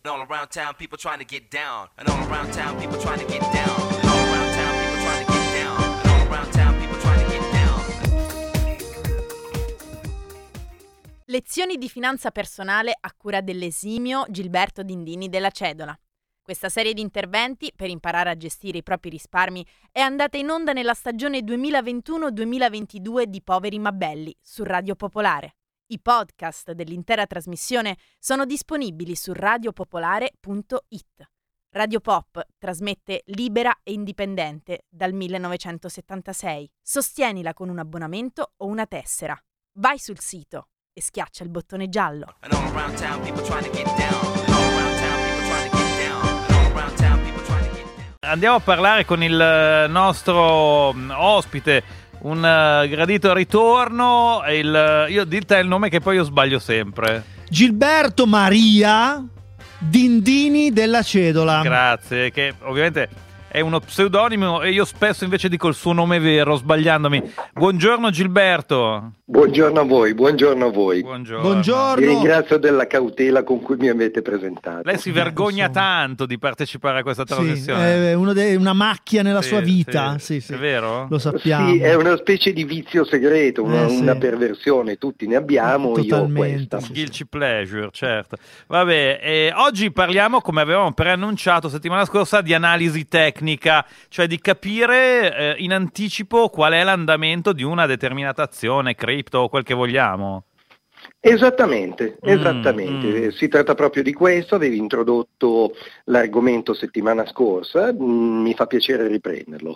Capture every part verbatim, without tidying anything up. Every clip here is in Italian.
And all around town, people trying to get down. And all around town, people trying to get down. And all around town, people trying to get down. And all around town, people trying to get down. Lezioni di finanza personale a cura dell'esimio Gilberto Dindini della Cedola. Questa serie di interventi per imparare a gestire i propri risparmi è andata in onda nella stagione duemilaventuno duemilaventidue di Poveri ma Belli su Radio Popolare. I podcast dell'intera trasmissione sono disponibili su radiopopolare punto it. Radio Pop trasmette libera e indipendente dal millenovecentosettantasei. Sostienila con un abbonamento o una tessera. Vai sul sito e schiaccia il bottone giallo. And all around town, people trying to get down. And all around town, people trying to get down. And all around town, people trying to get down. Andiamo a parlare con il nostro ospite, un uh, gradito ritorno. Il, io dite il nome che poi io sbaglio sempre. Gilberto Maria Dindini della Cedola. Grazie, che ovviamente è uno pseudonimo e io spesso invece dico il suo nome vero sbagliandomi. Buongiorno Gilberto. Buongiorno a voi, buongiorno a voi. Buongiorno. Buongiorno. Vi ringrazio della cautela con cui mi avete presentato. Lei si vergogna Insomma. tanto di partecipare a questa Sì, trasmissione. è uno de- una macchia nella Sì, sua vita. sì. Sì, sì. È vero? Lo sappiamo. Sì, è una specie di vizio segreto, una, Eh, sì. una perversione, tutti ne abbiamo, Totalmente, io ho questa. sì. Guilty pleasure, certo. Vabbè, e oggi parliamo, come avevamo preannunciato settimana scorsa, di analisi tecnica, cioè di capire eh, in anticipo qual è l'andamento di una determinata azione, cripto o quel che vogliamo. Esattamente, Mm, esattamente. mm. Si tratta proprio di questo, avevi introdotto l'argomento settimana scorsa, mm, mi fa piacere riprenderlo.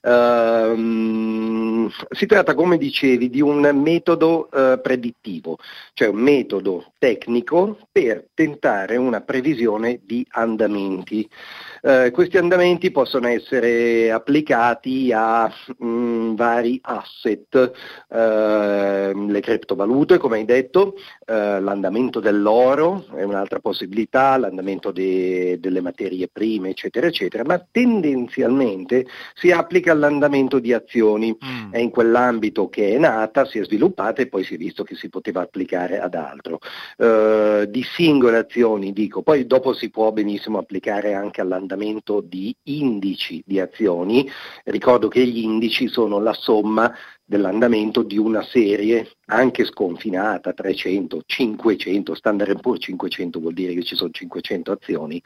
Ehm, si tratta, come dicevi, di un metodo eh, predittivo, cioè un metodo tecnico per tentare una previsione di andamenti. Eh, questi andamenti possono essere applicati a mh, vari asset, eh, le criptovalute, come hai detto, eh, l'andamento dell'oro è un'altra possibilità, l'andamento de- delle materie prime, eccetera, eccetera, ma tendenzialmente si applica all'andamento di azioni. Mm. È in quell'ambito che è nata, si è sviluppata e poi si è visto che si poteva applicare ad altro. Eh, di singole azioni, dico, poi dopo si può benissimo applicare anche all'andamento di indici di azioni. Ricordo che gli indici sono la somma dell'andamento di una serie anche sconfinata, trecento, cinquecento, Standard and Poor's cinquecento vuol dire che ci sono cinquecento azioni,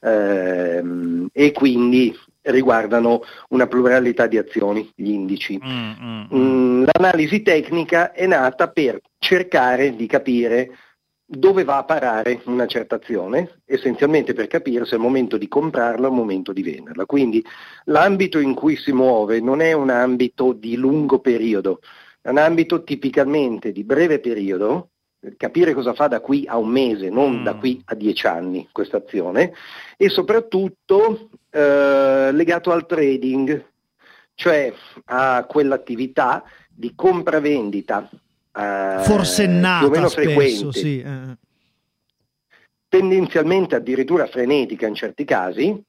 ehm, e quindi riguardano una pluralità di azioni, gli indici. Mm, mm, mm. Mm, l'analisi tecnica è nata per cercare di capire dove va a parare una certa azione, essenzialmente per capire se è il momento di comprarla o il momento di venderla. Quindi l'ambito in cui si muove non è un ambito di lungo periodo, è un ambito tipicamente di breve periodo, capire cosa fa da qui a un mese, non Mm. da qui a dieci anni questa azione, e soprattutto eh, legato al trading, cioè a quell'attività di compravendita eh, Forsennata più o meno spesso, frequente, sì. eh. tendenzialmente addirittura frenetica in certi casi,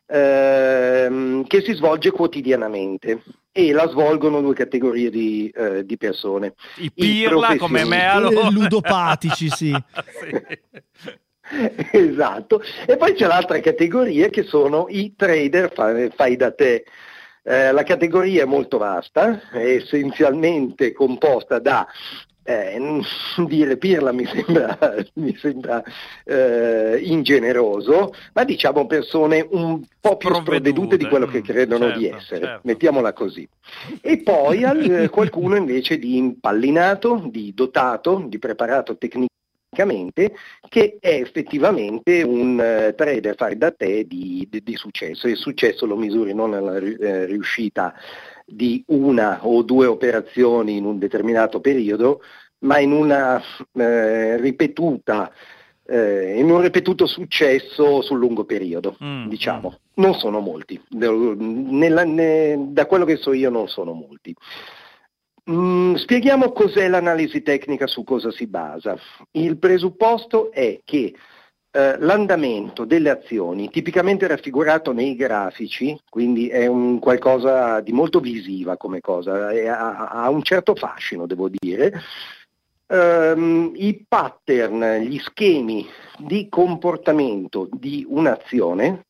ehm, che si svolge quotidianamente, e la svolgono due categorie di, eh, di persone. I pirla come me allora. Eh, ludopatici, sì. Sì. Esatto, e poi c'è l'altra categoria che sono i trader fai, fai da te. Eh, la categoria è molto vasta, è essenzialmente composta da eh, dire pirla mi sembra, mi sembra eh, ingeneroso, ma diciamo persone un po' più sprovvedute di quello che credono certo, di essere, certo. mettiamola così. E poi al, qualcuno invece di impallinato, di dotato, di preparato tecnicamente, che è effettivamente un uh, trader fai da te di, di, di successo. Il successo lo misuri non nella eh, riuscita di una o due operazioni in un determinato periodo, ma in una eh, ripetuta eh, in un ripetuto successo sul lungo periodo, Mm, diciamo. mm. Non sono molti, nella, ne, da quello che so io non sono molti. Mm, spieghiamo cos'è l'analisi tecnica, su cosa si basa. Il presupposto è che eh, l'andamento delle azioni, tipicamente raffigurato nei grafici, quindi è un qualcosa di molto visiva come cosa, è, ha, ha un certo fascino, devo dire, ehm, i pattern, gli schemi di comportamento di un'azione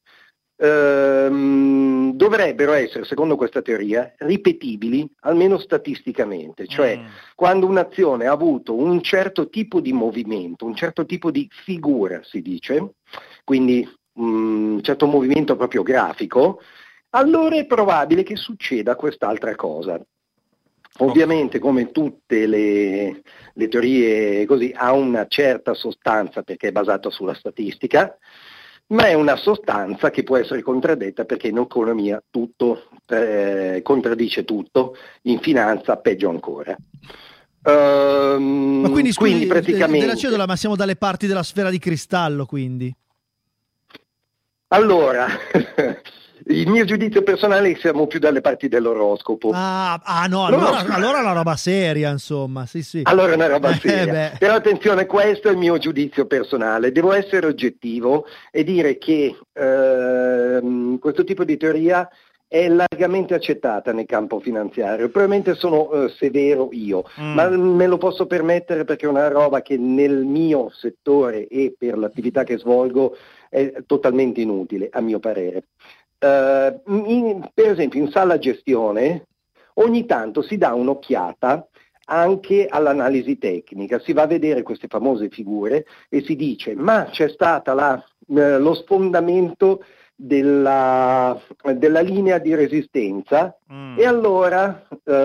ehm, dovrebbero essere, secondo questa teoria, ripetibili almeno statisticamente, cioè Mm. quando un'azione ha avuto un certo tipo di movimento, un certo tipo di figura, si dice, quindi un certo movimento proprio grafico, allora è probabile che succeda quest'altra cosa. Ovviamente, come tutte le, le teorie così, ha una certa sostanza perché è basata sulla statistica, ma è una sostanza che può essere contraddetta perché in economia tutto eh, contraddice tutto, in finanza peggio ancora. Ehm, Ma quindi, scusi, quindi praticamente... della cedola, ma siamo dalle parti della sfera di cristallo, quindi? Allora, il mio giudizio personale è che siamo più dalle parti dell'oroscopo. Ah, ah no, allora, L'oroscopo- allora è una roba seria, insomma, sì sì. Allora è una roba Eh, seria. beh. Però attenzione, questo è il mio giudizio personale. Devo essere oggettivo e dire che ehm, questo tipo di teoria è largamente accettata nel campo finanziario. Probabilmente sono eh, severo io, Mm. ma me lo posso permettere perché è una roba che nel mio settore e per l'attività che svolgo è totalmente inutile, a mio parere. Eh, in- per esempio in sala gestione ogni tanto si dà un'occhiata anche all'analisi tecnica, si va a vedere queste famose figure e si dice ma c'è stata la, eh, lo sfondamento della, della linea di resistenza Mm. e allora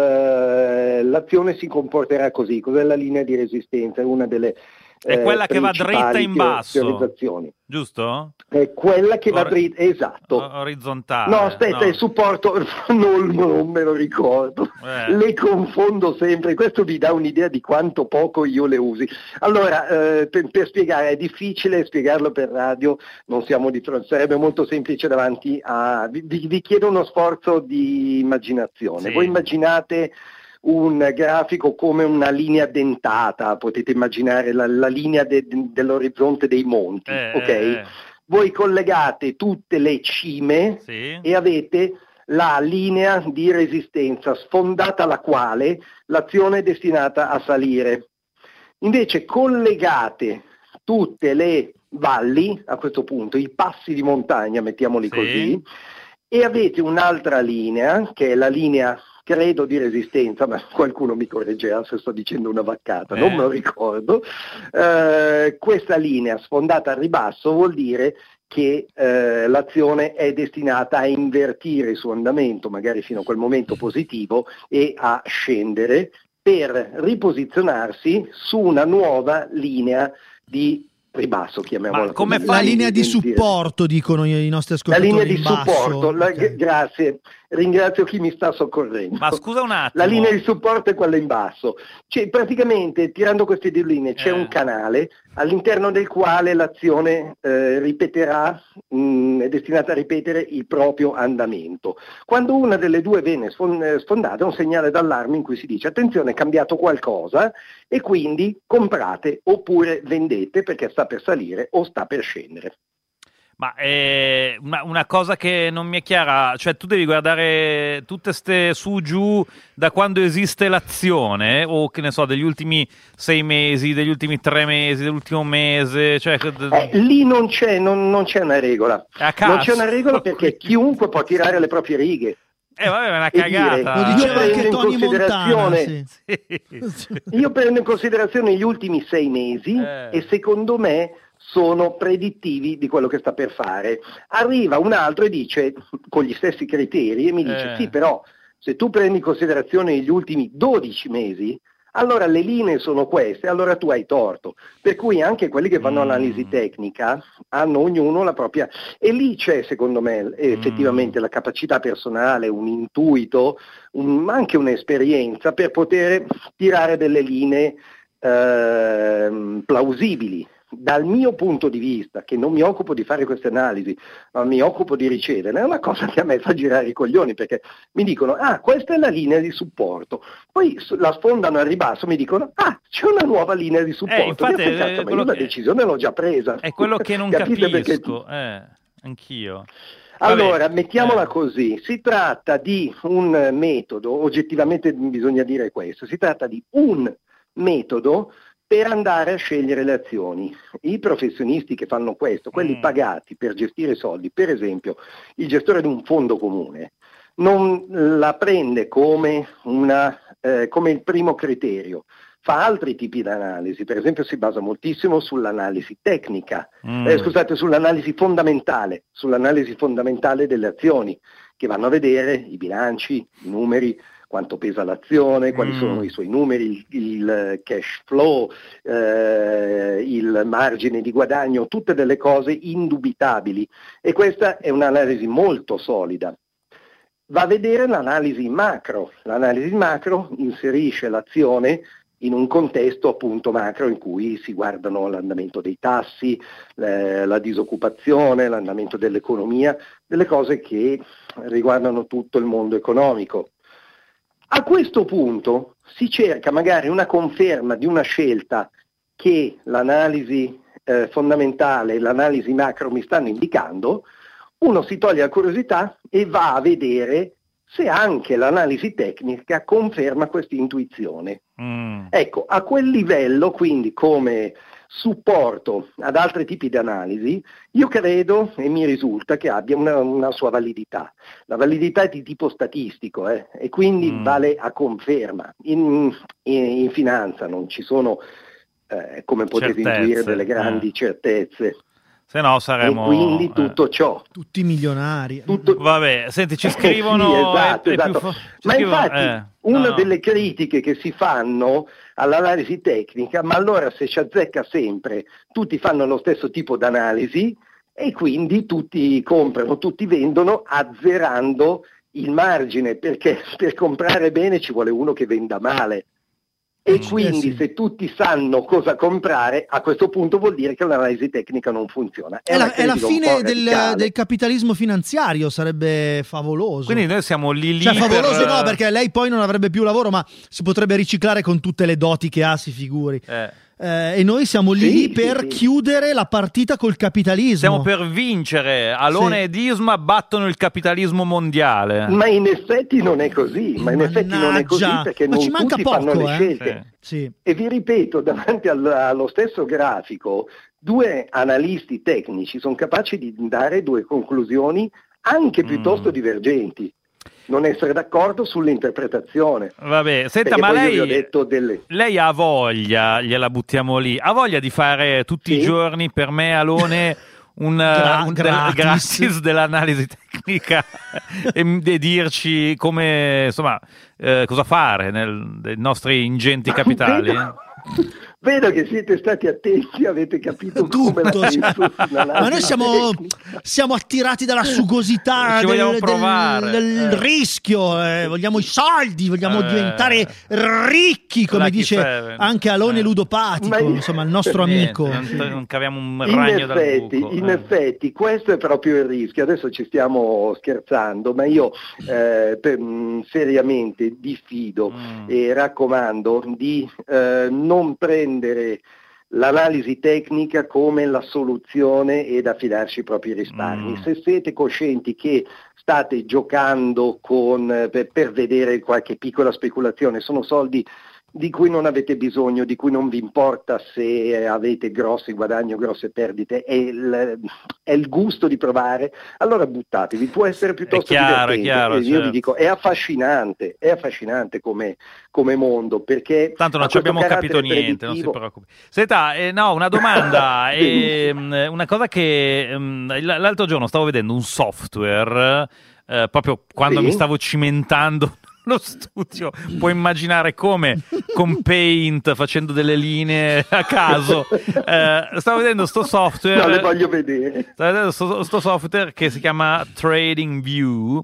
eh, l'azione si comporterà così. Cos'è la linea di resistenza? È una delle È eh, quella che va dritta principali in teo- basso. teorizzazioni. Giusto? È quella che va Or- dritta, esatto. O- orizzontale. No, aspetta, no. il supporto non, non me lo ricordo, Eh. le confondo sempre, questo vi dà un'idea di quanto poco io le usi. Allora, eh, per, per spiegare, è difficile spiegarlo per radio, non siamo di fronte, sarebbe molto semplice davanti a... Vi, vi- vi chiedo uno sforzo di immaginazione. Sì. Voi immaginate un grafico come una linea dentata, potete immaginare la, la linea de- dell'orizzonte dei monti, Eh, ok? eh, eh. Voi collegate tutte le cime Sì. e avete la linea di resistenza sfondata alla quale l'azione è destinata a salire. Invece collegate tutte le valli, a questo punto, i passi di montagna, mettiamoli Sì. così, e avete un'altra linea, che è la linea, credo, di resistenza, ma qualcuno mi correggerà se sto dicendo una vaccata, Eh. non me lo ricordo. Eh, questa linea sfondata al ribasso vuol dire che eh, l'azione è destinata a invertire il suo andamento, magari fino a quel momento positivo, e a scendere per riposizionarsi su una nuova linea di ribasso, chiamiamola Ma come così. fa- La linea di Sentire. supporto, dicono i nostri La ascoltatori linea di in basso. supporto, la- Ok. grazie, ringrazio chi mi sta soccorrendo. Ma scusa un attimo. La linea di supporto è quella in basso. Cioè, praticamente, tirando queste due linee, c'è Eh. un canale all'interno del quale l'azione eh, ripeterà, mh, è destinata a ripetere il proprio andamento. Quando una delle due viene sfon- eh, sfondata, è un segnale d'allarme in cui si dice attenzione, è cambiato qualcosa e quindi comprate oppure vendete perché sta per salire o sta per scendere. Ma eh, una, una cosa che non mi è chiara, cioè tu devi guardare tutte ste su giù da quando esiste l'azione, o che ne so, degli ultimi sei mesi, degli ultimi tre mesi, dell'ultimo mese, cioè Eh, lì non c'è, non, non c'è una regola. a caso. Non c'è una regola perché chiunque può tirare le proprie righe. Eh vabbè, è una e dire, cagata. Lo Io diceva prendo anche in Tony Montana. considerazione- Sì. Sì. Io prendo in considerazione gli ultimi sei mesi Eh. e secondo me sono predittivi di quello che sta per fare. Arriva un altro e dice, con gli stessi criteri, e mi dice Eh. sì, però se tu prendi in considerazione gli ultimi dodici mesi, allora le linee sono queste, allora tu hai torto. Per cui anche quelli che fanno Mm. analisi tecnica hanno ognuno la propria... E lì c'è, secondo me, effettivamente Mm. la capacità personale, un intuito, un- anche un'esperienza per poter tirare delle linee ehm, plausibili. Dal mio punto di vista, che non mi occupo di fare queste analisi, ma mi occupo di ricevere, è una cosa che a me fa girare i coglioni, perché mi dicono, ah, questa è la linea di supporto, poi s- la sfondano al ribasso, mi dicono, ah, c'è una nuova linea di supporto. Eh, infatti, Io, eh, cazzo, ma quello io la che- decisione l'ho già presa. È quello che non Capite perché- capisco, eh, anch'io. Vabbè, Allora, mettiamola eh. così, si tratta di un metodo, oggettivamente bisogna dire questo, si tratta di un metodo per andare a scegliere le azioni. I professionisti che fanno questo, quelli Mm. pagati per gestire i soldi, per esempio il gestore di un fondo comune, non la prende come, una, eh, come il primo criterio, fa altri tipi di analisi, per esempio si basa moltissimo sull'analisi tecnica, Mm. eh, scusate, sull'analisi fondamentale, sull'analisi fondamentale delle azioni, che vanno a vedere i bilanci, i numeri, quanto pesa l'azione, quali Mm. sono i suoi numeri, il, il cash flow, eh, il margine di guadagno, tutte delle cose indubitabili, e questa è un'analisi molto solida. Va a vedere l'analisi macro, l'analisi macro inserisce l'azione in un contesto appunto macro in cui si guardano l'andamento dei tassi, eh, la disoccupazione, l'andamento dell'economia, delle cose che riguardano tutto il mondo economico. A questo punto si cerca magari una conferma di una scelta che l'analisi eh, fondamentale e l'analisi macro mi stanno indicando, uno si toglie la curiosità e va a vedere se anche l'analisi tecnica conferma questa intuizione. Mm. Ecco, a quel livello, quindi come supporto ad altri tipi di analisi, io credo e mi risulta che abbia una, una sua validità. La validità è di tipo statistico eh, e quindi Mm. vale a conferma. In, in, in finanza non ci sono, eh, come potete Certezze, intuire, delle grandi eh. certezze. Se no saremo... E quindi eh. tutto ciò. Tutti milionari. Tutto... Vabbè, senti, ci Eh scrivono... sì, esatto, è- è più esatto. fa- ci Ma scrivono- infatti eh, una no, no. delle critiche che si fanno all'analisi tecnica, ma allora se ci azzecca sempre, tutti fanno lo stesso tipo d'analisi e quindi tutti comprano, tutti vendono azzerando il margine, perché per comprare bene ci vuole uno che venda male. E Eh, quindi sì. se tutti sanno cosa comprare, a questo punto vuol dire che l'analisi tecnica non funziona. È una la, è la critica un fine po' del, radicale. del capitalismo finanziario, sarebbe favoloso. Quindi noi siamo lì lì Cioè, favoloso per... no, perché lei poi non avrebbe più lavoro, ma si potrebbe riciclare con tutte le doti che ha, si figuri. Eh. Eh, e noi siamo lì Sì, lì sì, per sì. chiudere la partita col capitalismo. Stiamo per vincere. Alone Sì. ed Isma battono il capitalismo mondiale. Ma in effetti non è così, ma in effetti non è così Mannaggia. perché Ma non ci manca tutti fanno poco, le eh. scelte. Sì. E vi ripeto, davanti al- allo stesso grafico, due analisti tecnici sono capaci di dare due conclusioni anche piuttosto Mm. divergenti. Non essere d'accordo sull'interpretazione. Vabbè, senta, Perché ma poi io lei... vi ho detto delle... Lei ha voglia, gliela buttiamo lì, ha voglia di fare tutti Sì. i giorni per me, Alone, un, Gra- un del- gratis. gratis dell'analisi tecnica e, e dirci come, insomma, eh, cosa fare nel- dei nostri ingenti capitali? Vedo, vedo che siete stati attenti, avete capito come la Tutto, cioè. penso sull'analisi Ma noi siamo, tecnica. siamo attirati dalla sugosità, Ci vogliamo del, provare, del- del eh. rischio, eh, vogliamo i soldi, vogliamo Eh. diventare ricchi, come Lucky dice Seven. anche Alone Eh. Ludopatico, Ma io- insomma il nostro Niente, amico. non, non caviamo un In ragno dal effetti, buco. in eh. effetti, questo è proprio il rischio. Adesso ci stiamo scherzando, ma io eh, per- mh, seriamente diffido Mm. e raccomando di eh, non prendere l'analisi tecnica come la soluzione ed affidarci ai propri risparmi. Mm. Se siete coscienti che state giocando con, eh, per, per vedere qualche piccola speculazione, sono soldi di cui non avete bisogno, di cui non vi importa se avete grossi guadagni o grosse perdite, è il, è il gusto di provare, allora buttatevi, può essere piuttosto È chiaro, è divertente. chiaro, E io certo. vi dico, è affascinante, è affascinante come, come mondo, perché Tanto non ha ci questo abbiamo capito carattere niente, non si predittivo. preoccupi. Senta, eh, no, una domanda. ehm, una cosa che ehm, l- l'altro giorno stavo vedendo un software, eh, proprio quando Sì. mi stavo cimentando lo studio, puoi immaginare come con Paint facendo delle linee a caso. Eh, stavo vedendo sto software. No, le voglio vedere. Stavo vedendo sto, sto software che si chiama TradingView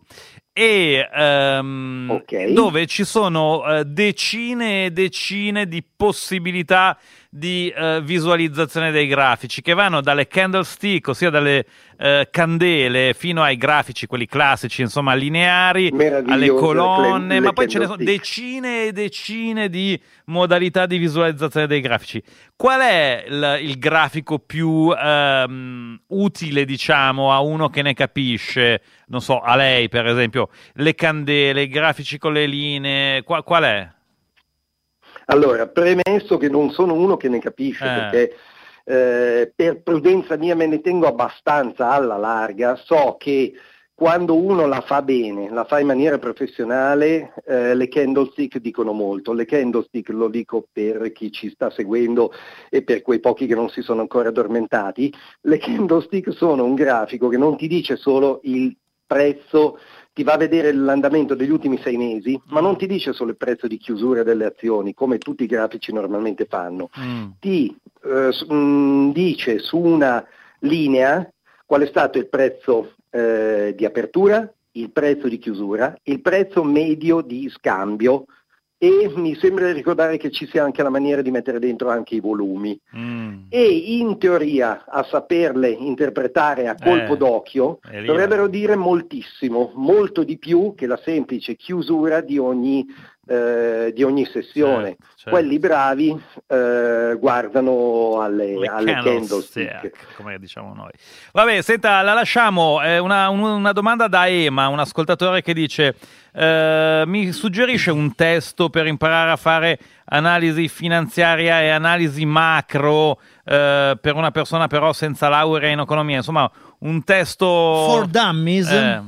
e ehm, Ok. dove ci sono eh, decine e decine di possibilità di eh, visualizzazione dei grafici che vanno dalle candlestick, ossia dalle eh, candele, fino ai grafici, quelli classici, insomma lineari, Meravigliose alle le colonne, clan- ma le poi ce ne sono candlestick. decine e decine di modalità di visualizzazione dei grafici. Qual è il, il grafico più ehm, utile, diciamo, a uno che ne capisce? Non so, a lei per esempio, le candele, i grafici con le linee, qua- qual è? Allora, premesso che non sono uno che ne capisce, Eh. perché eh, per prudenza mia me ne tengo abbastanza alla larga, so che quando uno la fa bene, la fa in maniera professionale, eh, le candlestick dicono molto. Le candlestick, lo dico per chi ci sta seguendo e per quei pochi che non si sono ancora addormentati, le candlestick sono un grafico che non ti dice solo il prezzo, ti va a vedere l'andamento degli ultimi sei mesi, ma non ti dice solo il prezzo di chiusura delle azioni, come tutti i grafici normalmente fanno. Mm. Ti eh, s- mh, dice su una linea qual è stato il prezzo eh, di apertura, il prezzo di chiusura, il prezzo medio di scambio, e mi sembra di ricordare che ci sia anche la maniera di mettere dentro anche i volumi. Mm. E in teoria, a saperle interpretare a colpo Eh, d'occhio, è lì, dovrebbero eh. dire moltissimo, molto di più che la semplice chiusura di ogni, eh, di ogni sessione. Certo, certo. Quelli bravi eh, guardano alle, Le alle candlestick, candlestick. come diciamo noi. Vabbè, senta, la lasciamo. Eh, una, un- una domanda da Ema, un ascoltatore che dice: eh, mi suggerisce un testo per imparare a fare analisi finanziaria e analisi macro eh, per una persona però senza laurea in economia, insomma un testo For dummies? Eh,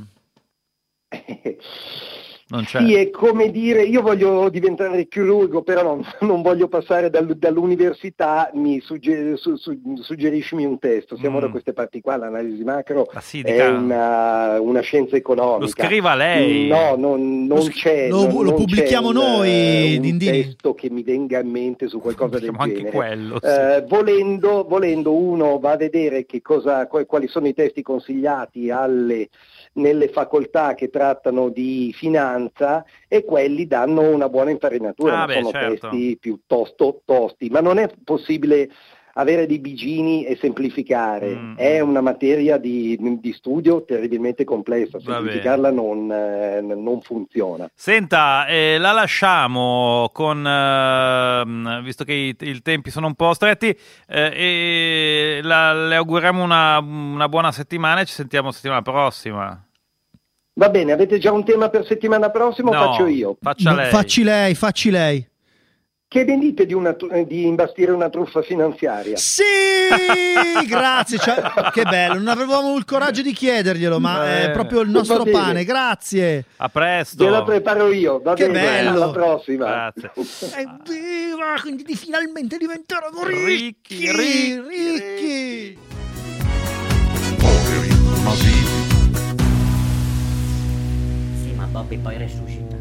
non c'è. Sì, è come dire, io voglio diventare chirurgo, però non, non voglio passare dal- dall'università, mi sugger- su- su- suggeriscimi un testo. Siamo Mm. da queste parti qua, l'analisi macro Ma sì, è dica- una, una scienza economica. Lo scriva lei. No, non, non Lo scri- c'è. lo- non- lo non pubblichiamo c'è un, noi, eh, un Dindini. testo che mi venga in mente su qualcosa del Diciamo anche genere. quello, sì. Eh, volendo, volendo uno va a vedere che cosa, quali quali sono i testi consigliati alle nelle facoltà che trattano di finanza, e quelli danno una buona infarinatura, Ah, ma beh, sono certo. testi piuttosto tosti, ma non è possibile avere dei bigini e semplificare, Mm. è una materia di, di studio terribilmente complessa, Va semplificarla non, eh, non funziona. Senta, eh, la lasciamo con, ehm, visto che i, i tempi sono un po' stretti, eh, e la- le auguriamo una, una buona settimana e ci sentiamo settimana prossima. Va bene, avete già un tema per settimana prossima No, o faccio io? Faccia No, lei. facci lei, facci lei. Che ne dite di, una, tu- eh, di imbastire una truffa finanziaria? Sì, grazie, cioè, che bello, non avevamo il coraggio di chiederglielo, ma Eh, è proprio il nostro va bene. pane, grazie. A presto. Ve la preparo io, va Che bene, bello. alla prossima. Grazie. Evviva, quindi di finalmente diventeremo Ricchi, ricchi, ricchi, ricchi. Sì, ma Bobby poi resuscita.